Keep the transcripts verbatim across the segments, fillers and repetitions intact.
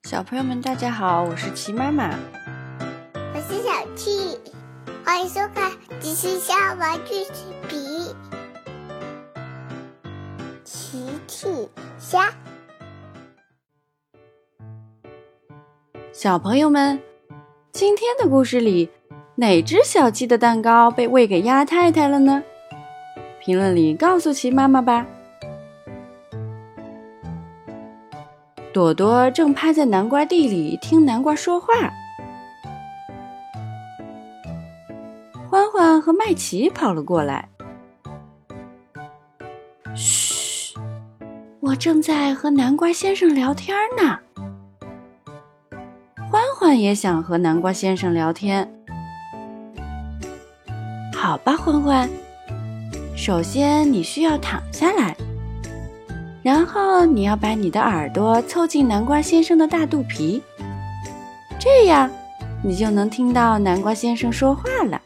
小朋友们大家好，我是齐妈妈， 我是小七，欢迎收看奇奇虾玩具视频。奇奇虾， 小朋友们，今天的故事里，哪只小鸡的蛋糕被喂给鸭太太了呢？评论里告诉齐妈妈吧。朵朵正趴在南瓜地里听南瓜说话，欢欢和麦琪跑了过来。嘘，我正在和南瓜先生聊天呢。欢欢也想和南瓜先生聊天。好吧，欢欢，首先你需要躺下来，然后你要把你的耳朵凑近南瓜先生的大肚皮，这样你就能听到南瓜先生说话了。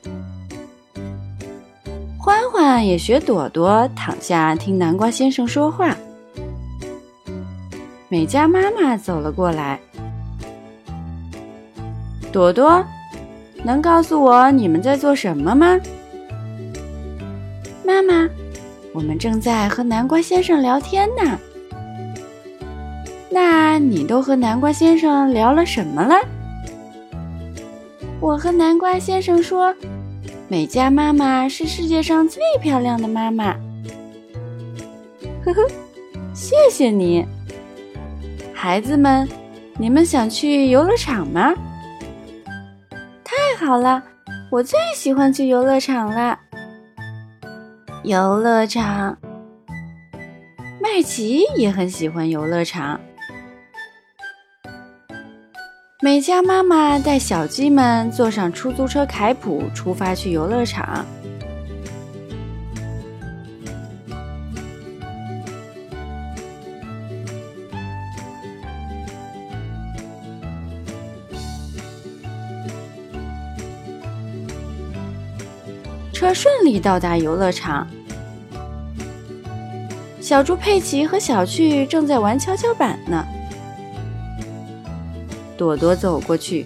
欢欢也学朵朵躺下听南瓜先生说话。美嘉妈妈走了过来。朵朵，能告诉我你们在做什么吗？妈妈，我们正在和南瓜先生聊天呢。那你都和南瓜先生聊了什么了？我和南瓜先生说，美嘉妈妈是世界上最漂亮的妈妈。呵呵，谢谢你。孩子们，你们想去游乐场吗？太好了，我最喜欢去游乐场了。游乐场，麦琪也很喜欢游乐场。美嘉妈妈带小鸡们坐上出租车凯普，出发去游乐场。车顺利到达游乐场，小猪佩奇和小趣正在玩跷跷板呢。朵朵走过去，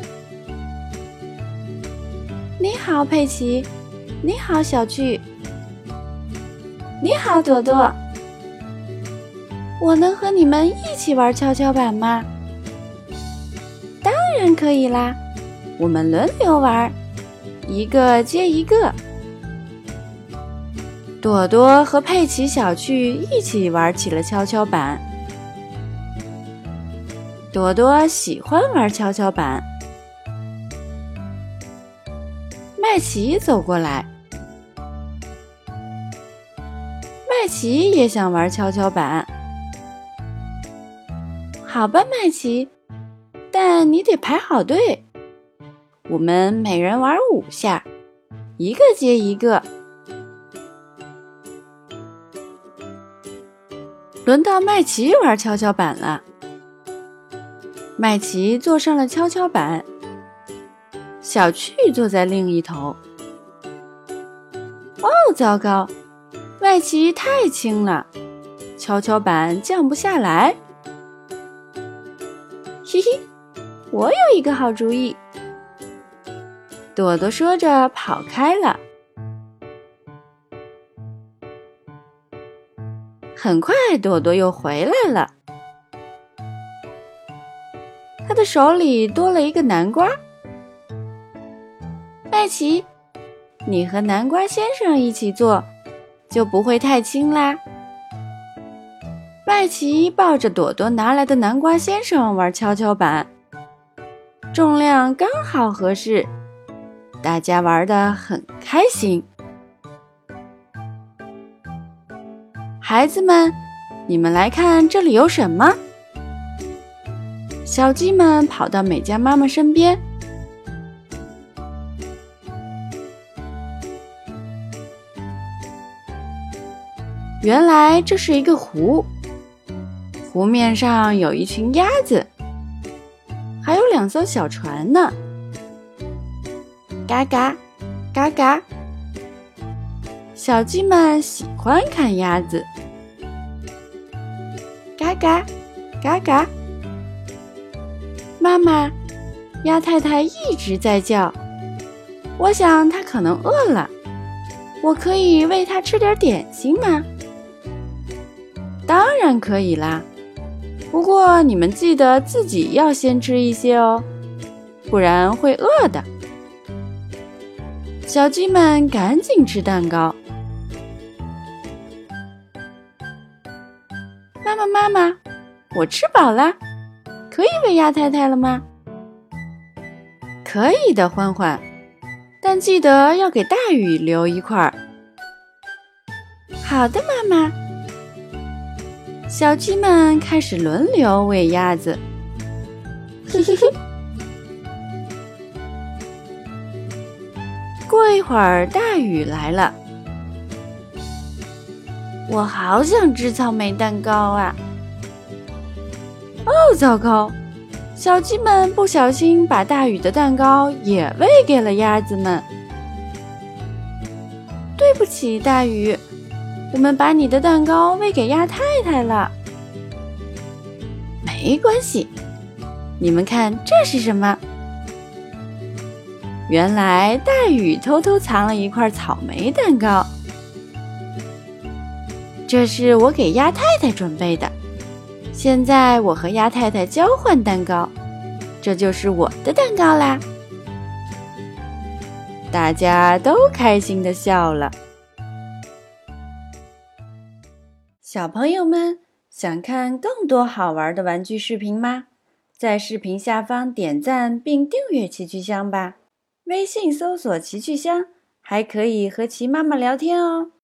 你好，佩奇。你好，小趣。你好，朵朵。我能和你们一起玩跷跷板吗？当然可以啦，我们轮流玩，一个接一个。朵朵和佩奇、小趣一起玩起了跷跷板。朵朵喜欢玩跷跷板。麦琪走过来，麦琪也想玩跷跷板。好吧，麦琪，但你得排好队。我们每人玩五下，一个接一个。轮到麦琪玩跷跷板了。麦琪坐上了跷跷板，小趣坐在另一头。哦，糟糕，麦琪太轻了，跷跷板降不下来。嘿嘿，我有一个好主意。朵朵说着跑开了。很快，朵朵又回来了。她的手里多了一个南瓜。麦琪，你和南瓜先生一起做，就不会太轻啦。麦琪抱着朵朵拿来的南瓜先生玩跷跷板，重量刚好合适，大家玩得很开心。孩子们，你们来看这里有什么？小鸡们跑到美嘉妈妈身边。原来这是一个湖，湖面上有一群鸭子，还有两艘小船呢。嘎嘎，嘎嘎。小鸡们喜欢看鸭子。嘎嘎，嘎嘎。 妈妈，鸭太太一直在叫，我想她可能饿了，我可以喂她吃点点心吗？当然可以啦，不过你们记得自己要先吃一些哦，不然会饿的。小鸡们赶紧吃蛋糕。妈妈妈妈，我吃饱啦，可以喂鸭太太了吗？可以的，欢欢，但记得要给大鱼留一块儿。好的，妈妈。小鸡们开始轮流喂鸭子。嘿嘿嘿。过一会儿，大雨来了。我好想吃草莓蛋糕啊！哦，糟糕！小鸡们不小心把大雨的蛋糕也喂给了鸭子们。对不起，大雨，我们把你的蛋糕喂给鸭太太了。没关系，你们看这是什么？原来大雨偷偷藏了一块草莓蛋糕，这是我给鸭太太准备的。现在我和鸭太太交换蛋糕，这就是我的蛋糕啦！大家都开心地笑了。小朋友们，想看更多好玩的玩具视频吗？在视频下方点赞并订阅奇趣箱吧。微信搜索奇趣箱，还可以和奇妈妈聊天哦。